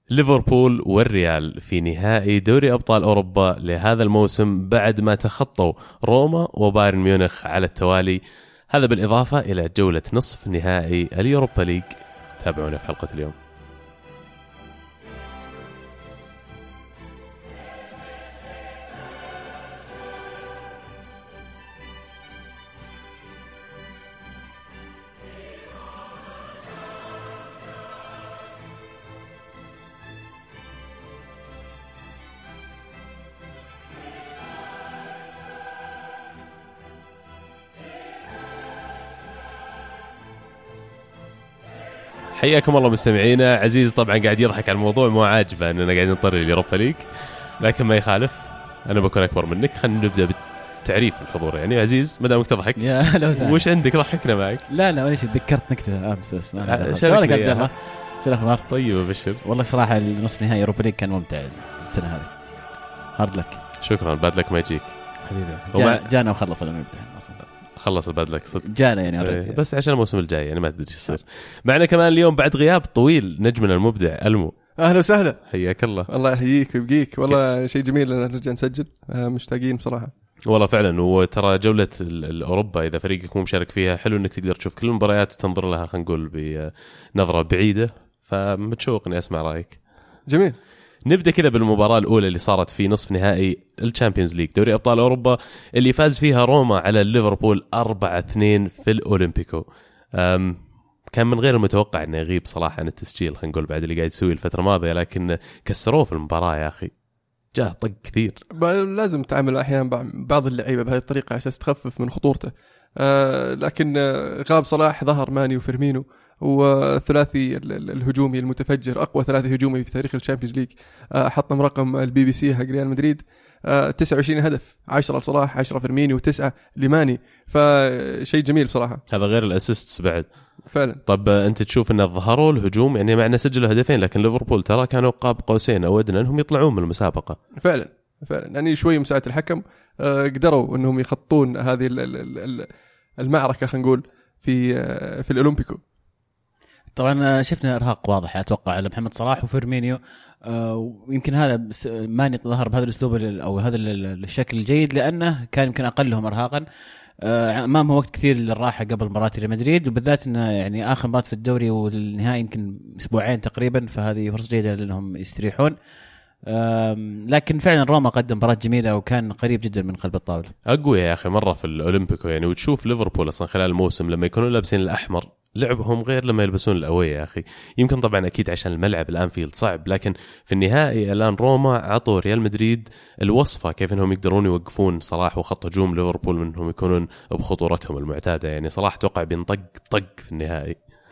ليفربول والريال في نهائي دوري أبطال أوروبا لهذا الموسم بعد ما تخطوا روما وبايرن ميونخ على التوالي. هذا بالإضافة إلى جولة نصف نهائي اليوروبا ليج. تابعونا في حلقة اليوم. حياكم الله مستمعينا. عزيز طبعا قاعد يضحك على الموضوع، مو عاجبه اننا قاعدين نطر اليوروبا ليج، لكن ما يخالف، انا بكون اكبر منك. خلينا نبدا بالتعريف الحضور. يعني عزيز ما دامك تضحك، يا هلا وسهلا. وش عندك؟ ضحكنا معك. لا ولا شيء، ذكرت نكته امس بس ما شاركنا عبد الله. شو الاخبار؟ طيب ابشر. والله صراحه النصف نهائي يوروبا ليج كان ممتع السنه هذه. هارد لك. شكرا. باد لك ما يجيك حبيبي. جانا وخلص الامتحان اصلا. خلص الباد لك صدق جانا يعني بس عشان الموسم الجاي يعني ما تدري ايش يصير معنا. كمان اليوم بعد غياب طويل نجمنا المبدع ألمو. اهلا وسهلا. حياك الله. الله يحييك ويبقيك. والله شيء جميل ان نرجع نسجل. مشتاقين بصراحه. والله فعلا. وترى جوله الاوروبا اذا فريقك مو مشارك فيها حلو انك تقدر تشوف كل المباريات وتنظر لها، خلينا نقول بنظره بعيده، فمتشوق اني اسمع رايك. جميل. نبدأ كذا بالمباراة الأولى اللي صارت في نصف نهائي الشامبيونز ليج دوري أبطال أوروبا، اللي فاز فيها روما على ليفربول 4-2 في الأولمبيكو. كان من غير المتوقع أنه يغيب صلاح عن التسجيل، خلينا نقول بعد اللي قاعد يسوي الفترة الماضية، لكن كسروه في المباراة يا أخي. جاء طق كثير. لازم تعمل أحيانا بعض اللعيبة بهذه الطريقة عشان تخفف من خطورته. لكن غاب صلاح، ظهر ماني وفيرمينو، والثلاثي الهجومي المتفجر، أقوى ثلاثي هجومي في تاريخ الشامبيونز ليج. حطم رقم BBC حق ريال مدريد، 29 هدف، 10 لصلاح، 10 فيرمينو، و9 لماني. فشيء جميل بصراحة. هذا غير الأسيستس بعد. فعلا. طب أنت تشوف أن ظهروا الهجوم، يعني معنا سجلوا هدفين، لكن ليفربول ترى كانوا قاب قوسين أو أدنى أنهم يطلعون من المسابقة. فعلا يعني شوي مساعدة الحكم قدروا أنهم يخطون هذه المعركة، خلينا نقول في الأولمبيكو. طبعا شفنا إرهاق واضح أتوقع على محمد صلاح وفيرمينيو، ويمكن هذا ماني ظهر بهذا الأسلوب أو هذا الشكل الجيد لأنه كان يمكن أقلهم إرهاقا. أمامه وقت كثير للراحة قبل مباراة ريال مدريد، وبالذات إنه يعني آخر مباراة في الدوري والنهائي يمكن أسبوعين تقريبا، فهذه فرصة جيدة لأنهم يستريحون. لكن فعلا روما قدم مباراة جميلة وكان قريب جدا من قلب الطاولة. أقوى يا أخي مرة في الأولمبيكو يعني. وتشوف ليفربول أصلا خلال الموسم لما يكونوا لابسين الأحمر لعبهم غير لما يلبسون الأوية يا أخي. يمكن طبعا أكيد عشان الملعب الأنفيلد صعب، لكن في النهائي الآن روما عطوا ريال مدريد الوصفة كيف أنهم يقدرون يوقفون صلاح وخط هجوم ليفربول منهم يكونون بخطورتهم المعتادة. يعني صلاح توقع بينطق في النهائي.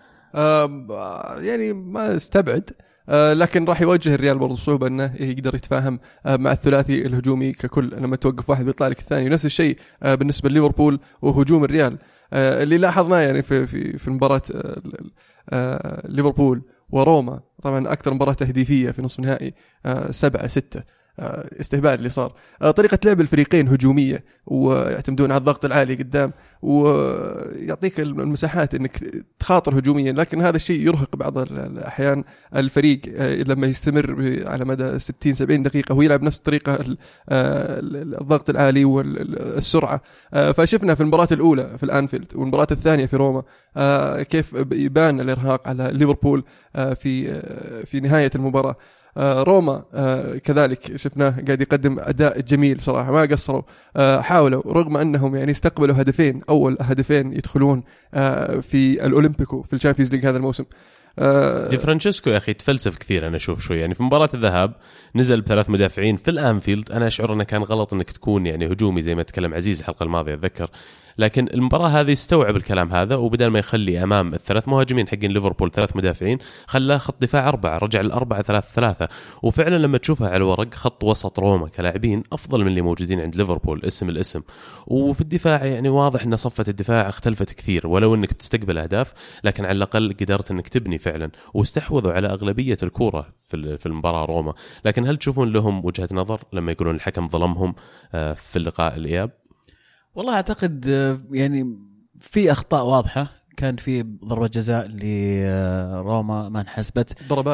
يعني ما استبعد، لكن راح يواجه الريال برضو صعوبة أنه يقدر يتفاهم مع الثلاثي الهجومي ككل. لما توقف واحد بيطلع لك الثاني. نفس الشيء بالنسبة لليفربول وهجوم الريال اللي لاحظناه يعني في مباراة ليفربول وروما. طبعا أكثر مباراة تهديفية في نصف نهائي، 7-6 استهبال اللي صار. طريقة لعب الفريقين هجومية ويعتمدون على الضغط العالي قدام، ويعطيك المساحات انك تخاطر هجوميا، لكن هذا الشيء يرهق بعض الأحيان الفريق لما يستمر على مدى 60-70 دقيقة ويلعب نفس الطريقة، الضغط العالي والسرعة. فشفنا في المباراة الأولى في الأنفيلد والمباراة الثانية في روما كيف يبان الإرهاق على ليفربول في نهاية المباراة. روما كذلك شفناه قاعد يقدم أداء جميل بصراحة، ما قصروا. حاولوا رغم أنهم يعني استقبلوا هدفين، أول هدفين يدخلون في الأولمبيكو في الشامبيونز ليج هذا الموسم. دي فرانشيسكو يا أخي تفلسف كثير. أنا أشوف شوي يعني في مباراة الذهاب نزل ب3 مدافعين في الأنفيلد. أنا أشعر أنه كان غلط أنك تكون يعني هجومي زي ما تكلم عزيز الحلقة الماضية أتذكر، لكن المباراة هذه استوعب الكلام هذا، وبدل ما يخلي أمام الثلاث مهاجمين حقين ليفربول 3 مدافعين خلاه خط دفاع 4، رجع ل4-3-3. وفعلا لما تشوفها على الورق خط وسط روما كلاعبين أفضل من اللي موجودين عند ليفربول الاسم. وفي الدفاع يعني واضح أن صفة الدفاع اختلفت كثير، ولو أنك بتستقبل أهداف لكن على الأقل قدرت أنك تبني فعلا، واستحوذوا على أغلبية الكرة في المباراة روما. لكن هل تشوفون لهم وجهة نظر لما يقولون الحكم ظلمهم في اللقاء الإياب؟ والله أعتقد يعني في أخطاء واضحة. كان في ضربة جزاء لروما ما انحسبت، ضربات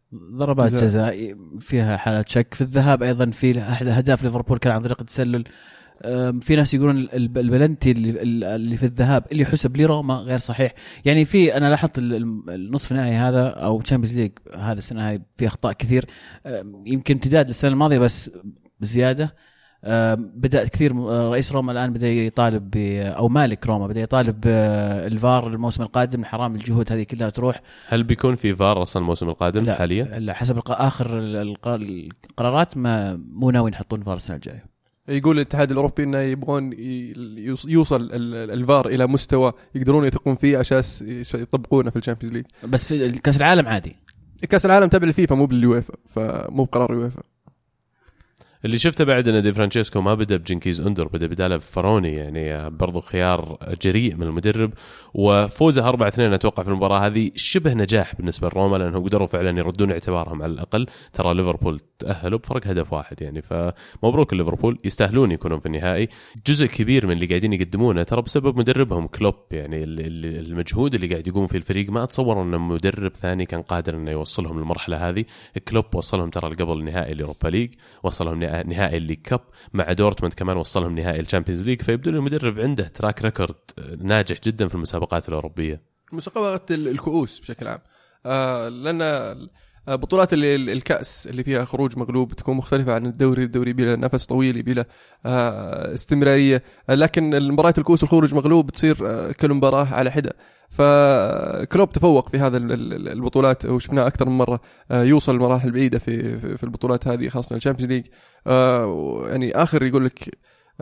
ضربات جزاء فيها حالات شك. في الذهاب ايضا في احد اهداف ليفربول كان عن طريق التسلل. في ناس يقولون البلنتي اللي في الذهاب اللي حسب لروما غير صحيح. يعني في انا لاحظت النصف النهائي هذا او تشامبيونز ليج هذا السنه هاي في اخطاء كثير، يمكن امتداد للسنه الماضيه بس بزياده. بدأ كثير رئيس روما الآن بدأ يطالب أو مالك روما بدأ يطالب الفار الموسم القادم. حرام الجهود هذه كلها تروح. هل بيكون في فار أصلا الموسم القادم لا حاليا؟ لا، حسب آخر القرارات ما مو ناويين يحطون فار السنة الجاية. يقول الاتحاد الأوروبي إنه يبغون يوصل الفار إلى مستوى يقدرون يثقون فيه عشان يطبقونه في الشامبيونز ليج. بس كأس العالم عادي، كأس العالم تبع الفيفا مو باليويفا، فمو بقرار اليويفا. اللي شفته بعد ان دي فرانشيسكو ما بدا بجنكيز اندر، بدا بداله بفروني، يعني برضو خيار جريء من المدرب. وفوزه 4-2 اتوقع في المباراه هذه شبه نجاح بالنسبه لروما، لانهم قدروا فعلا يردون اعتبارهم على الاقل. ترى ليفربول تاهلوا بفرق هدف واحد يعني، فمبروك ليفربول، يستاهلون يكونون في النهائي. جزء كبير من اللي قاعدين يقدمونه ترى بسبب مدربهم كلوب، يعني المجهود اللي قاعد يقوم فيه الفريق ما اتصور ان مدرب ثاني كان قادر انه يوصلهم للمرحله هذه. كلوب وصلهم ترى قبل النهائي الأوروبا ليج، وصلهم نهائي الليج كاب مع دورتموند، كمان وصلهم نهائي الشامبيونز ليج. فيبدو المدرب عنده تراك ريكورد ناجح جدا في المسابقات الأوروبية، مسابقات الكؤوس بشكل عام. لأن بطولات الكأس اللي فيها خروج مغلوب تكون مختلفة عن الدوري بلا نفس طويل، بلا استمرارية. لكن المباريات الكؤوس الخروج مغلوب تصير كل مباراة على حدة. فكلوب تفوق في هذا البطولات، وشفناه أكثر من مرة يوصل لمراحل بعيدة في البطولات هذه، خاصة الشامبيونز ليج. يعني آخر يقول لك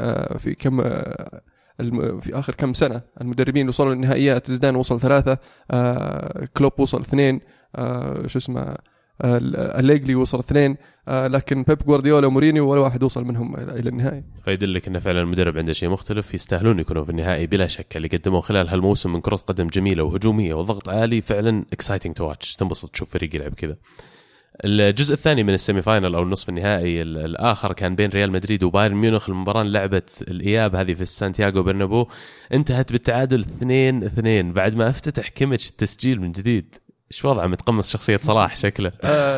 في آخر كم سنة المدربين وصلوا للنهائيات، زيدان وصل 3، كلوب وصل 2، أليجري وصل 2، لكن بيب غوارديولا ومورينيو ولا واحد وصل منهم إلى النهائي. فيدلك إن فعلا المدرب عنده شيء مختلف، يستاهلون يكونوا في النهائي بلا شك. اللي قدموه خلال هالموسم من كرة قدم جميلة وهجومية وضغط عالي فعلا exciting to watch، تنبسط تشوف فريق يلعب كذا. الجزء الثاني من السيمي فاينل أو النصف النهائي الآخر كان بين ريال مدريد وبايرن ميونخ. المباراة لعبت الإياب هذه في سانتياغو برنابو، انتهت بالتعادل 2-2 بعد ما افتتح كيميتش التسجيل من جديد. ايش وضعه؟ متقمص شخصية صلاح شكله.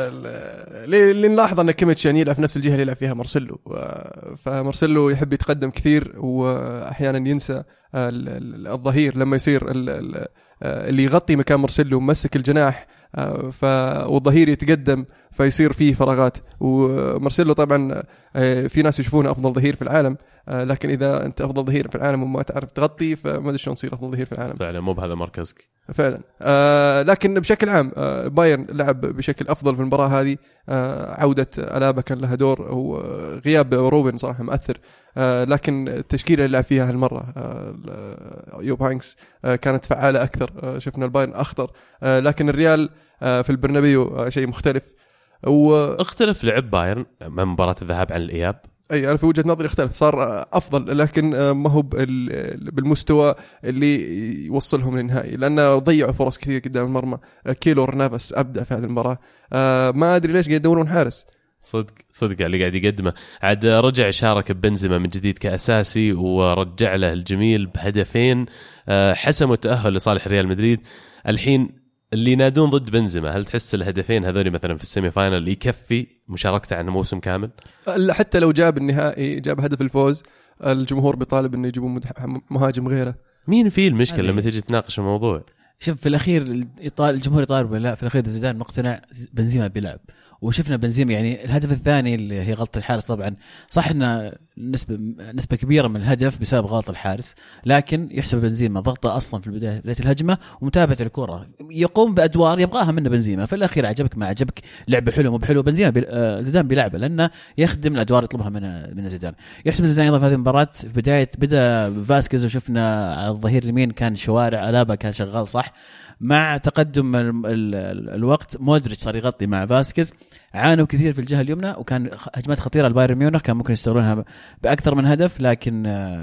اللي نلاحظ ان كيميتش يعني يلعب في نفس الجهة اللي يلعب فيها مارسيلو، فمارسيلو يحب يتقدم كثير واحيانا ينسى الظهير لما يصير اللي يغطي مكان مارسيلو ومسك الجناح، والظهير يتقدم فيصير فيه فراغات. ومارسيلو طبعا في ناس يشوفونه افضل ظهير في العالم، لكن اذا انت افضل ظهير في العالم وما تعرف تغطي فما ادري شلون تصير افضل ظهير في العالم. فعلا مو بهذا مركزك فعلا. لكن بشكل عام بايرن لعب بشكل افضل في المباراه هذه. عوده ألابا كان لها دور، وغياب روبن صراحه مؤثر، لكن التشكيله اللي لعب فيها هالمره يوب هانكس كانت فعاله اكثر. شفنا البايرن اخطر، لكن الريال في البرنابيو شيء مختلف. اختلف لعب بايرن من مباراة الذهاب عن الإياب. أنا في وجهة نظري اختلف، صار أفضل، لكن ما هو بالمستوى اللي يوصلهم للنهائي، لأن ضيعوا فرص كثير قدام المرمى. كيلور نافس أبدع في هذه المباراة، ما أدري ليش قاعد يدورون حارس. صدق اللي قاعد يقدمه. عاد رجع شارك ببنزيما من جديد كأساسي، ورجع له الجميل بهدفين حسموا التأهل لصالح ريال مدريد. الحين اللي ينادون ضد بنزيما، هل تحس الهدفين هذول مثلا في السيمي فاينل يكفي مشاركته عن موسم كامل؟ حتى لو جاب النهائي، جاب هدف الفوز، الجمهور بيطالب انه يجيبون مهاجم غيره. مين فيه المشكله لما تيجي تناقش الموضوع؟ شوف في الاخير الجمهور يطالب، لا في الاخير زيدان مقتنع بنزيما بيلعب، وشفنا بنزيما يعني الهدف الثاني اللي هي غلطة الحارس. طبعا صح ان نسبة كبيرة من الهدف بسبب غلط الحارس، لكن يحسب بنزيما ضغطه اصلا في بداية الهجمة ومتابعة الكرة، يقوم بادوار يبغاها منه بنزيما. في الاخير عجبك ما عجبك، لعبه حلو مو بحلو، بنزيما زيدان بيلعبه لانه يخدم الادوار يطلبها من زيدان. يحسب زيدان ايضا في هذه المباراة بداية بدا فاسكيز، وشفنا على الظهير اليمين كان شوارع، ألابا كان شغال صح. مع تقدم الوقت مودريتش صار يغطي مع فاسكيز، عانوا كثير في الجهة اليمنى، وكان هجمات خطيرة البايرن ميونخ كان ممكن يستغلونها بأكثر من هدف، لكن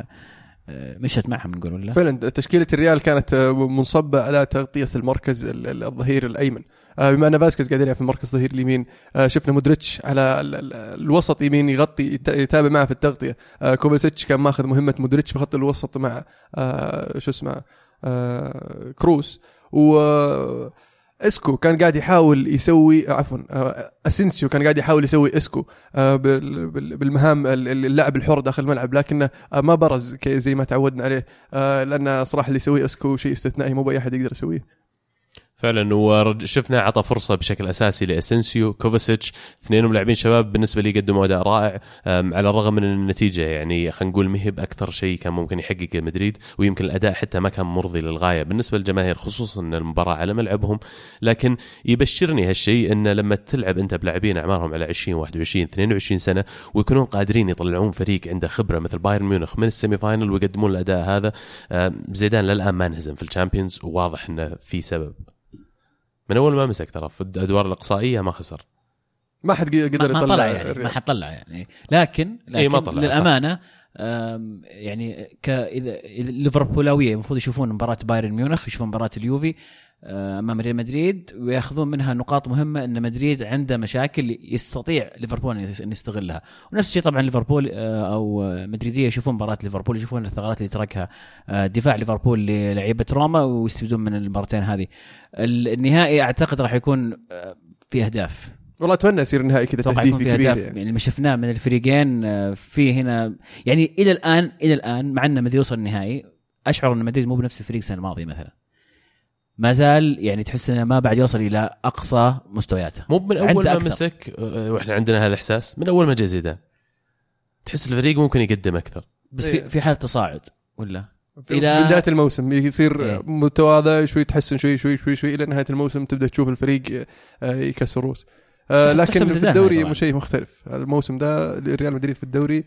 مشت معهم نقول. ولا فعلا تشكيلة الريال كانت منصبة على تغطية المركز الظهير الأيمن، بما أن فاسكيز قاعد يلعب في المركز الظهير اليمين. شفنا مودريتش على الوسط يمين يغطي يتابع معه في التغطية. كوفاسيتش كان ماخذ مهمة مودريتش في خط الوسط مع كروس. اسكو كان قاعد يحاول يسوي اسينسيو كان قاعد يحاول يسوي اسكو بالمهام اللعب الحر داخل الملعب، لكنه ما برز زي ما تعودنا عليه، لأن صراحة اللي يسوي اسكو شيء استثنائي مو بأي أحد يقدر يسويه فعلا. وشفنا عطى فرصة بشكل أساسي لأسينسيو، كوفاسيتش، اثنينهم لاعبين شباب بالنسبة لي قدموا أداء رائع، على الرغم من النتيجة يعني خلينا نقول مهب أكثر شيء كان ممكن يحقق مدريد، ويمكن الأداء حتى ما كان مرضي للغاية بالنسبة للجماهير، خصوصا أن المباراة على ملعبهم. لكن يبشرني هالشيء أن لما تلعب أنت بلاعبين أعمارهم على 20 21 22 سنة ويكونون قادرين يطلعون فريق عنده خبرة مثل بايرن ميونخ من السيمي فاينل ويقدمون الأداء هذا، زيدان للآن ما انهزم في الشامبيونز، وواضح أنه في سبب من اول ما مسك ترى في الادوار الاقصائيه ما خسر، ما حد قدر يطلع، يطلع يعني ما حد طلع يعني، لكن للامانه يعني اذا الليفربولاويه المفروض يشوفون مباراه بايرن ميونخ، يشوفون مباراه اليوفي امام ريال مدريد وياخذون منها نقاط مهمه، ان مدريد عنده مشاكل يستطيع ليفربول ان يستغلها. ونفس الشيء طبعا ليفربول او مدريديه يشوفون مباراه ليفربول، يشوفون الثغرات اللي تركها دفاع ليفربول للاعيبه روما ويستفيدون من المباراتين هذه. النهائي اعتقد راح يكون في اهداف، والله اتمنى يصير النهائي كذا تهديفي كبير يعني ما شفناه من الفريقين في هنا يعني الى الان مع ان مدريد يوصل النهائي اشعر ان مدريد مو بنفس الفريق السنه الماضيه مثلا، ما زال يعني تحس انه ما بعد يوصل الى اقصى مستوياته، مو من اول ما مسك واحنا عندنا هذا الاحساس من اول ما جاء زيدان تحس الفريق ممكن يقدم اكثر، بس في حاله تصاعد ولا الى بدايه الموسم يصير متواضع شوي، تحسن شوي الى نهايه الموسم تبدا تشوف الفريق يكسر روس. لكن في الدوري مو شيء مختلف الموسم ده، ريال مدريد في الدوري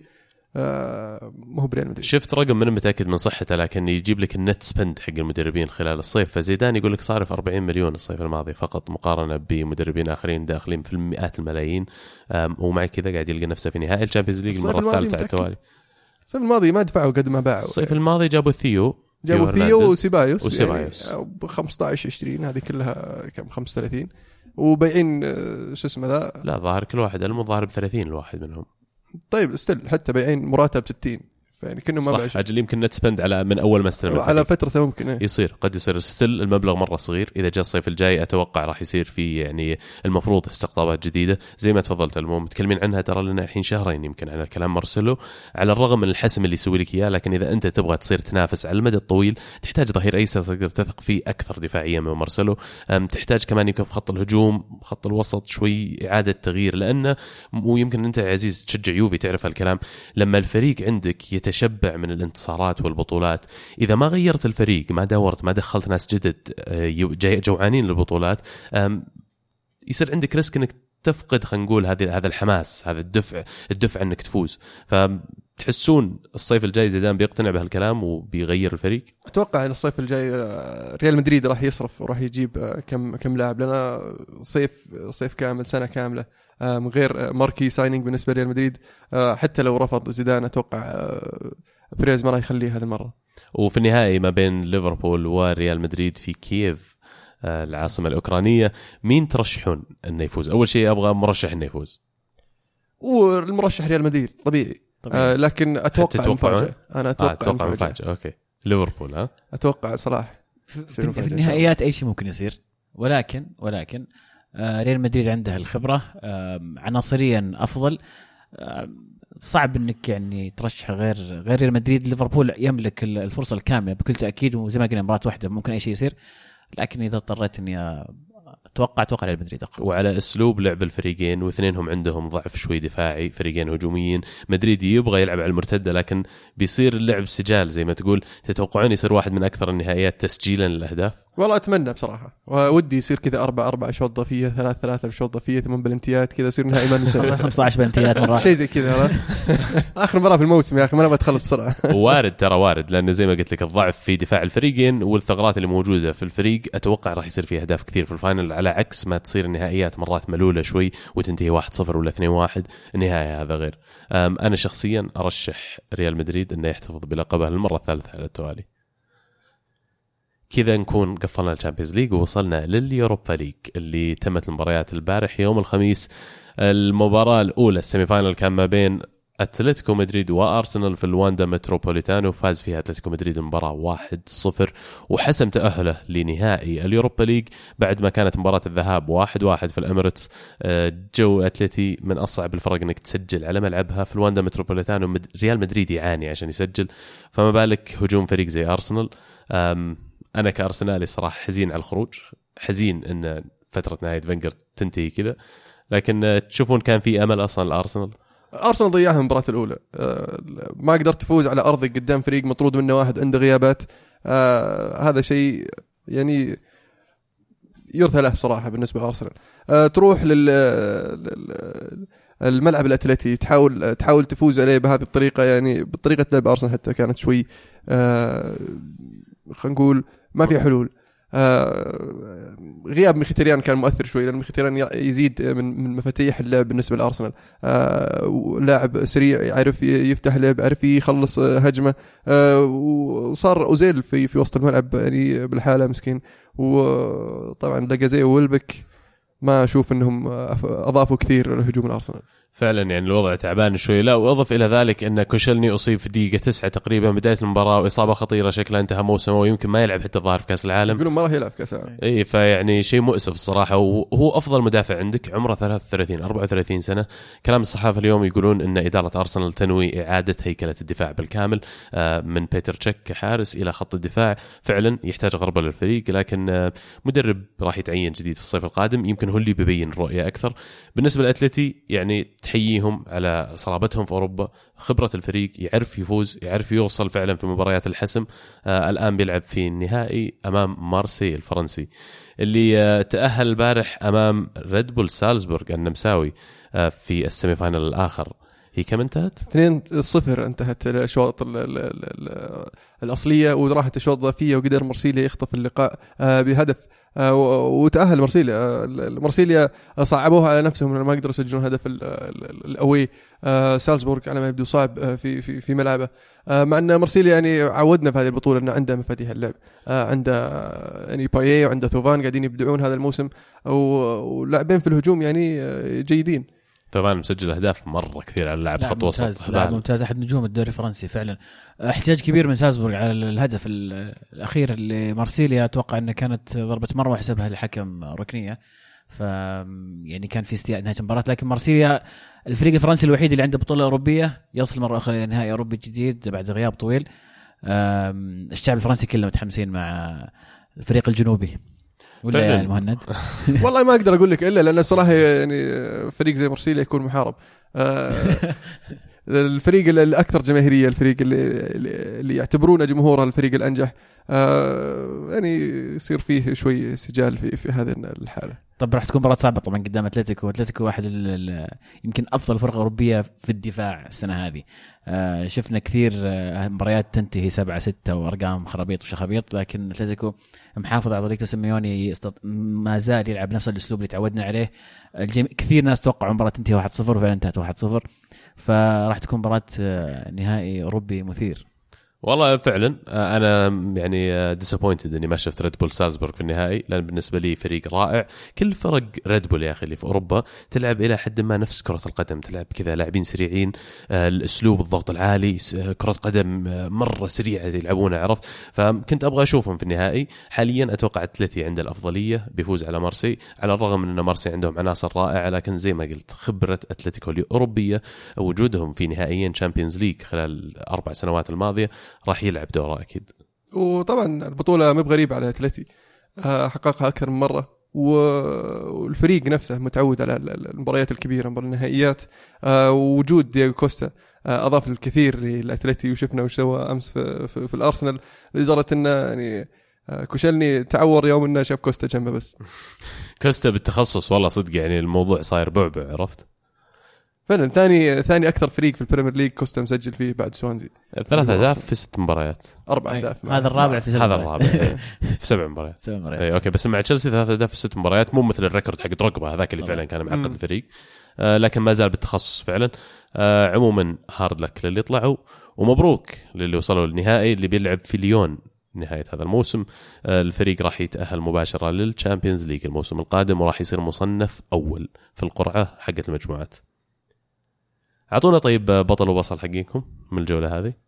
مو بريال مدريد. شفت رقم من متأكد من صحته، لكن يجيب لك النت سبند حق المدربين خلال الصيف، فزيدان يقول لك صارف 40 مليون الصيف الماضي فقط مقارنة بمدربين آخرين داخلين في المئات الملايين، ومع كذا قاعد يلقى نفسه في نهائي الشامبيونز ليج المرة الثالثة على التوالي. الصيف الماضي ما دفعوا قد ما باعوا. الصيف الماضي جابوا ثيو وسيبايوس يعني ب 15-20 هذه كلها كم 35 وبيعين شو اسمه ذا، لا ظاهر كل واحد المظاهر ب30 الواحد منهم. طيب استل حتى بيعين مراتب 60 يعني كأنه ما صح، أجل يمكن نتسبند على من أول ما استلم على فترة ممكن يصير قد يصير ستيل المبلغ مرة صغير. إذا جاء الصيف الجاي أتوقع راح يصير في يعني المفروض استقطابات جديدة زي ما تفضلت المهم متكلمين عنها، ترى لنا الحين شهرين يمكن على كلام مارسيلو، على الرغم من الحسم اللي يسوي لك إياه، لكن إذا أنت تبغى تصير تنافس على المدى الطويل تحتاج ظهير أيسر تقدر تثق فيه أكثر دفاعيا من مارسيلو، تحتاج كمان يمكن في خط الهجوم خط الوسط شوي إعادة تغيير، لأنه ويمكن أنت عزيز تشجع يوفي تعرف الكلام، لما الفريق عندك يتشبع من الانتصارات والبطولات، إذا ما غيرت الفريق ما دورت ما دخلت ناس جدد جوعانين للبطولات، يصير عندك ريسك انك تفقد خلينا نقول هذا الحماس، هذا الدفع انك تفوز. فتحسون الصيف الجاي زيدان بيقتنع بهالكلام وبيغير الفريق؟ اتوقع ان الصيف الجاي ريال مدريد راح يصرف وراح يجيب كم لاعب، لنا صيف كامل سنه كامله من غير ماركي ساينينج بالنسبه لريال مدريد. حتى لو رفض زيدان اتوقع بريز ما راح يخليه هذه المره. وفي النهائي ما بين ليفربول وريال مدريد في كييف العاصمة الأوكرانية، مين ترشحون أنه يفوز؟ أول شيء أبغى مرشح أنه يفوز، والمرشح ريال مدريد طبيعي. لكن أتوقع المفاجأة. أنا أتوقع المفاجأة. أوكي ليفربول أتوقع صراحة في النهائيات أي شيء ممكن يصير، ولكن ريال مدريد عنده الخبرة عناصريا أفضل، صعب انك يعني ترشح غير ريال مدريد. ليفربول يملك الفرصه الكامله بكل تاكيد، وزي ما قلنا مباراه واحده ممكن اي شيء يصير، لكن اذا اضطريت اني اتوقع ريال مدريد اقوى. وعلى اسلوب لعب الفريقين، واثنينهم عندهم ضعف شوي دفاعي، فريقين هجوميين. مدريد يبغى يلعب على المرتده لكن بيصير اللعب سجال زي ما تقول. تتوقعون يصير واحد من اكثر النهائيات تسجيلا للاهداف؟ والله اتمنى بصراحه، ودي يصير كذا 4 اشواط اضافيه، 3 اشواط اضافيه، 8 بلنتيات كذا، يصير نهائي ما نسوي 15 بلنتيات مره شيء زي كذا. اخر مباراه في الموسم يا اخي ما نبغى تخلص بسرعه. وارد لان زي ما قلت لك الضعف في دفاع الفريقين والثغرات اللي موجوده في الفريق، اتوقع راح يصير فيه اهداف كثير في الفاينل، على عكس ما تصير النهائيات مرات ملوله شوي وتنتهي 1-0 ولا 2-1. النهايه هذا غير. انا شخصيا ارشح ريال مدريد انه يحتفظ بلقبه للمره الثالثه على التوالي. كذا نكون قفلنا الشامبيونز ليج ووصلنا لليوروبا ليج اللي تمت المباريات البارح يوم الخميس. المباراة الأولى السيمي فاينل كان ما بين أتلتيكو مدريد وأرسنال في الواندا متروبوليتانو. فاز فيها أتلتيكو مدريد المباراة 1-0 وحسم تأهله لنهائي اليوروبا ليج بعد ما كانت مباراة الذهاب 1-1 في الأميريتس. جو أتلتي من أصعب الفرق أنك تسجل على ملعبها في الواندا متروبوليتانو. ريال مدريد يعاني عشان يسجل، فما بالك هجوم فريق زي أرسنال. أنا كأرسنالي صراحة حزين على الخروج، حزين أن فترة نهاية فينجر تنتهي كذا، لكن تشوفون كان في أمل أصلا الأرسنال. أرسنال ضيعها المباراة الأولى، ما قدرت تفوز على أرضك قدام فريق مطرود منه واحد عنده غيابات. هذا شيء يعني يرثى له بصراحة بالنسبة لأرسنال. تروح الملعب الأتلتي تحاول تفوز عليه بهذه الطريقة، يعني بطريقة لعب أرسنال حتى كانت شوي خلينا نقول ما في حلول. غياب مخيتاريان كان مؤثر شوي، لأن مخيتاريان يزيد من مفاتيح اللعب بالنسبة لأرسنال. لاعب سريع، يعرف يفتح لعب، يعرف يخلص هجمة. وصار أوزيل في وسط الملعب يعني بالحالة مسكين. وطبعا لاجازي وولبك ما أشوف أنهم أضافوا كثير لهجوم الأرسنال فعلا، يعني الوضع تعبان شوي. لا، وأضف إلى ذلك أن كوشلني أصيب في دقيقة 9 تقريبا بداية المباراة، وإصابة خطيرة شكلها انتهى موسمه ويمكن ما يلعب حتى الظاهر في كأس العالم. يقولون ما راح يلعب في كأس العالم. إيه، فيعني شيء مؤسف الصراحة. وهو أفضل مدافع عندك، عمره 34 سنة. كلام الصحافة اليوم يقولون أن إدارة أرسنال تنوي إعادة هيكلة الدفاع بالكامل، من بيتر تشيك كحارس إلى خط الدفاع. فعلا يحتاج غربة للفريق، لكن مدرب راح يتعين جديد في الصيف القادم، يمكن هو اللي بيبين الرؤية أكثر. بالنسبة للأتلتي يعني تحييهم على صلابتهم في أوروبا، خبرة الفريق، يعرف يفوز، يعرف يوصل فعلا في مباريات الحسم. الآن بيلعب في النهائي أمام مارسي الفرنسي، اللي تأهل البارح أمام ريد بول سالزبورغ النمساوي في السيمي فاينل الآخر. هي كم انتهت؟ 2-0 انتهت الأشواط الأصلية، وراحت أشواط إضافية، وقدر مرسيليا يخطف اللقاء بهدف وتأهل مرسيليا صعبوها على نفسهم لأنهم ما قدروا يسجلون هدف الأوي. سالزبورغ على ما يبدو صعب في ملعبه، مع أن مرسيليا يعني عودنا في هذه البطولة أنه عنده مفاتيح اللعب، عنده يعني باييه وعنده ثوفان قاعدين يبدعون هذا الموسم، ولاعبين في الهجوم يعني جيدين. طبعا مسجل أهداف مرة كثير على اللاعب خط وسط، لاعب ممتاز، أحد نجوم الدوري الفرنسي فعلا. احتياج كبير من سالزبورغ على الهدف الأخير اللي مارسيليا أتوقع أنه كانت ضربة مرمى وحسبها الحكم ركنية، يعني كان في استياء نهاية المباراة. لكن مارسيليا الفريق الفرنسي الوحيد اللي عنده بطولة أوروبية يصل مرة أخرى إلى نهائي أوروبي جديد بعد غياب طويل. الشعب الفرنسي كله متحمسين مع الفريق الجنوبي، ولا يا المهند؟ والله ما أقدر أقول لك إلا لأن الصراحة يعني فريق زي مرسيليا يكون محارب. الفريق الأكثر جماهيرية، الفريق اللي يعتبرونه جمهوره الفريق الأنجح، يعني يصير فيه شوي سجال في هذه الحالة. طب راح تكون مباراة صعبة طبعا قدام أتلتيكو واحد يمكن أفضل فرقة أوروبية في الدفاع السنة هذه. شفنا كثير مباريات تنتهي 7-6 وأرقام خرابيط وشخابيط، لكن أتلتيكو محافظ على طريقة سيميوني، ما زال يلعب نفس الأسلوب اللي تعودنا عليه. كثير ناس توقعوا مباراة تنتهي 1-0 وفعلا انتهت 1-0، فراح تكون مباراة نهائي أوروبي مثير. والله فعلا انا يعني ديسابوينتد اني ما شفت ريد بول سالزبورغ في النهائي، لان بالنسبه لي فريق رائع. كل فرق ريد بول يا اخي اللي في اوروبا تلعب الى حد ما نفس كره القدم، تلعب كذا لاعبين سريعين، الاسلوب الضغط العالي، كره قدم مره سريعه يلعبونها، عرفت؟ فكنت ابغى اشوفهم في النهائي. حاليا اتوقع أتلتي عنده الافضليه، بيفوز على مارسي، على الرغم من ان مارسي عندهم عناصر رائعه، لكن زي ما قلت خبره أتلتيكو الأوروبية، وجودهم في نهائيين تشامبيونز ليج خلال 4 سنوات الماضيه راح يلعب دوره أكيد. وطبعا البطولة مو غريبة على أتلتي، حققها أكثر من مرة، والفريق نفسه متعود على المباريات الكبيرة، مباريات النهائيات. ووجود دياغو كوستا أضاف الكثير للأتلتي، وشفنا وش سوى أمس في الأرسنال، لدرجة إنه يعني كوشلني تعور يوم إنه شاف كوستا جنبه. بس كوستا بالتخصص والله صدق يعني الموضوع صاير بعبع، عرفت؟ فعلا ثاني أكثر فريق في البريمير ليج كوستا مسجل فيه بعد سوانزي، 3 أهداف في 6 مباريات، 4 أهداف. هذا الرابع في 7 هذا الرابع في 7 مباريات. أوكي، بس مع تشيلسي 3 أهداف في 6 مباريات، مو مثل الريكورد حق دروجبا هذاك اللي فعلا كان معقد الفريق، لكن ما زال بالتخصص فعلا. عموما هارد لك للي طلعوا، ومبروك للي وصلوا للنهائي اللي بيلعب في ليون نهاية هذا الموسم. الفريق راح يتأهل مباشرة للتشامبيونز ليج الموسم القادم، وراح يصير مصنف أول في القرعة حقت المجموعات. اعطونا طيب بطل وبصل حقيكم من الجوله هذه.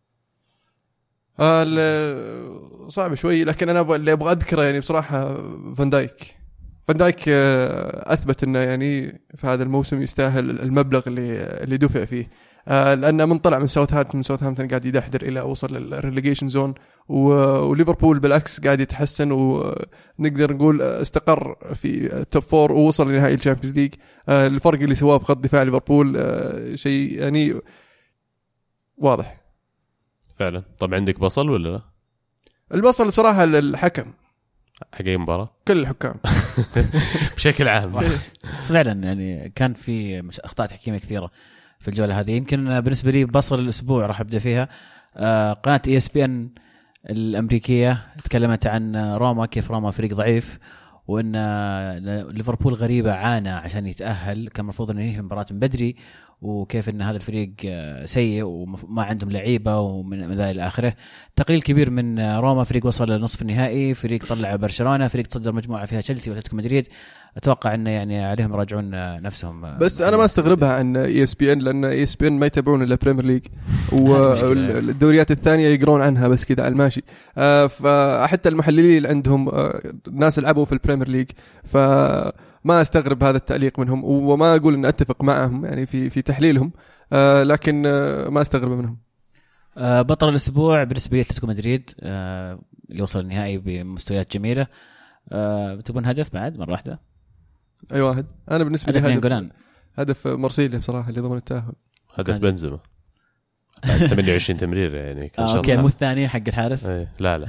صعب شوي، لكن انا اللي ابغى اذكره يعني بصراحه فان دايك اثبت انه يعني في هذا الموسم يستاهل المبلغ اللي دفع فيه، لانه من طلع من ساوثهامبتون قاعد يدحدر الى وصل للريليجيشن زون، وليفربول بالعكس قاعد يتحسن ونقدر نقول استقر في التوب 4 ووصل لنهائي الشامبيونز ليج. الفرق اللي سواه في خط دفاع ليفربول شيء يعني واضح فعلا. طب عندك بصل ولا لا؟ البصل بصراحه الحكم حق أي مباراة، كل الحكام بشكل عام فعلا يعني كان في اخطاء تحكيميه كثيره في الجوله هذه. يمكن بالنسبه لي بصل الاسبوع راح ابدا فيها قناه ESPN الامريكيه تكلمت عن روما، كيف روما فريق ضعيف، وان ليفربول غريبه عانى عشان يتاهل، كان المفروض انه ينهي المباراه من بدري، وكيف ان هذا الفريق سيء وما عندهم لعيبه ومن ذا الى اخره. تقليل كبير من روما، فريق وصل لنصف النهائي، فريق طلع برشلونه، فريق تصدر مجموعه فيها تشيلسي واتلتيكو مدريد. اتوقع انه يعني عليهم يراجعون نفسهم. بس انا ما استغربها عن ESPN، لان ESPN ما يتابعون الا بريمير ليج والدوريات الثانيه يقرون عنها بس كذا على الماشي. فحتى المحللين اللي عندهم ناس لعبوا في البريمير ليج، فما استغرب هذا التعليق منهم، وما اقول ان اتفق معهم يعني في تحليلهم، لكن ما استغرب منهم. بطل الاسبوع بالنسبه لي اتلتيكو مدريد اللي وصل النهائي بمستويات جميله. بتبون هدف بعد مره واحده؟ اي واحد. انا بالنسبه لي هدف مرسيليا بصراحه اللي ضمن التاهل. هدف بنزيما 28 تمرير يعني كان شاء الله. اوكي مو الثاني حق الحارس. لا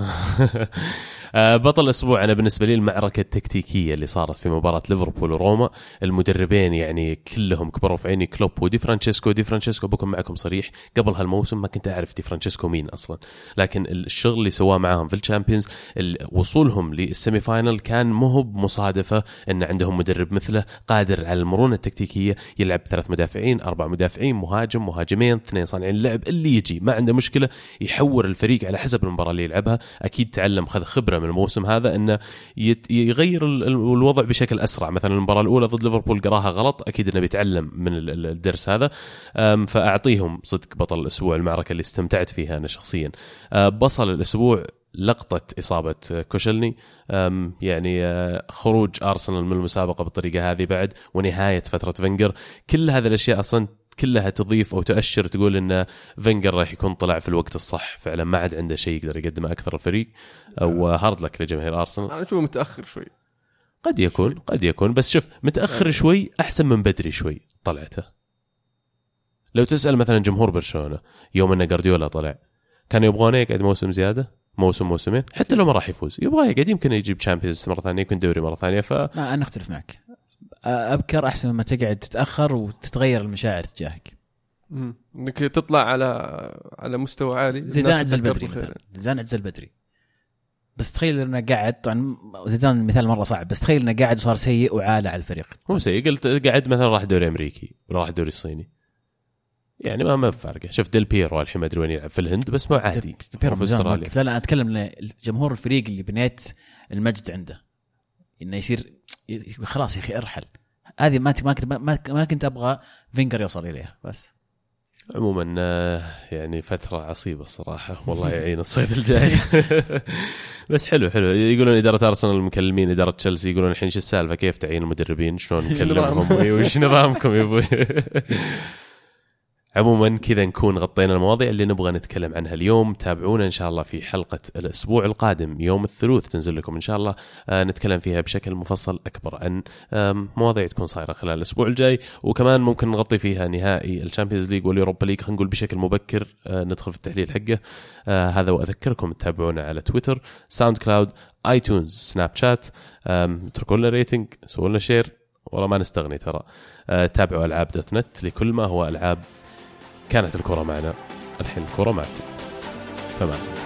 بطل الأسبوع أنا بالنسبة لي المعركة التكتيكية اللي صارت في مباراة ليفربول وروما. المدربين يعني كلهم كبروا في عيني، كلوب ودي فرانشيسكو بكون معكم صريح، قبل هالموسم ما كنت أعرف دي فرانشيسكو مين أصلا، لكن الشغل اللي سواه معهم في الشامبيونز، وصولهم للسيمي فاينل كان مهب مصادفة أن عندهم مدرب مثله قادر على المرونة التكتيكية، يلعب 3 مدافعين 4 مدافعين، مهاجمين 2 صانعين اللعب، اللي يجي ما عنده مشكلة يحور الفريق على حسب المباراة اللي يلعبها. أكيد تعلم، خذ خبرة من الموسم هذا انه يغير الوضع بشكل اسرع. مثلا المباراه الاولى ضد ليفربول قراها غلط، اكيد انه بيتعلم من الدرس هذا. فاعطيهم صدق بطل الاسبوع، المعركه اللي استمتعت فيها انا شخصيا. بصل الاسبوع لقطه اصابه كوشلني، يعني خروج ارسنال من المسابقه بالطريقه هذه بعد، ونهايه فتره فينجر. كل هذه الاشياء اصلا كلها تضيف أو تؤشر تقول إن فينجر راح يكون طلع في الوقت الصح، فعلا ما عاد عنده شيء يقدر يقدمه أكثر الفريق. أو هارد لك لجماهير أرسنال. أنا أشوفه متأخر شوي، قد يكون بس شوف، متأخر شوي أحسن من بدري شوي طلعته. لو تسأل مثلا جمهور برشلونة يوم إن جارديولا طلع، كانوا يبغونه يقعد موسم زيادة، موسمين، حتى لو ما راح يفوز يبغاه يقعد، يمكن يجيب تشامبيونز مرة ثانية، يكون دوري مرة ثانية. أنا أختلف معك، أبكر أحسن مما تقعد تتأخر وتتغير المشاعر تجاهك. إنك تطلع على مستوى عالي. زيدان عجز البدري بس تخيل إنه قاعد، طبعا زيدان مثال مرة صعب، بس تخيل إنه قاعد وصار سيء وعالى على الفريق. مو سيء، قلت قاعد مثلا راح دوري أمريكي ولا راح دوري الصيني، يعني ما فرقه. شوف ديل بيرو الحين ما ادري وين يلعب، في الهند بس ما عادي. بيرو في استراليا. لا أنا أتكلم لجمهور الفريق اللي بنيت المجد عنده، إنه يصير خلاص يا أخي ارحل. هذه ما كنت أبغى فينجر يوصل إليها. بس عموما يعني فترة عصيبة الصراحة، والله يعين الصيف الجاي. بس حلو يقولون إدارة أرسنال مكلمين إدارة تشيلسي، يقولون الحين شو السالفة، كيف تعين المدربين، شلون نكلمهم وش نظامكم يا أبوي. عموما كذا نكون غطينا المواضيع اللي نبغى نتكلم عنها اليوم. تابعونا إن شاء الله في حلقة الأسبوع القادم يوم الثلاث تنزل لكم إن شاء الله، نتكلم فيها بشكل مفصل أكبر عن مواضيع تكون صايرة خلال الأسبوع الجاي، وكمان ممكن نغطي فيها نهائي الشامبيونز ليج واليوروبا ليج، خلينا نقول بشكل مبكر، ندخل في التحليل حقه هذا. وأذكركم تتابعونا على تويتر، ساوند كلاود، آيتونز، سناب شات، اتركوا لنا ريتنج، سووا لنا شير، والله ما نستغني ترى. تابعوا ألعاب.net لكل ما هو ألعاب. كانت الكرة معنا، الحين الكرة معكم. تمام.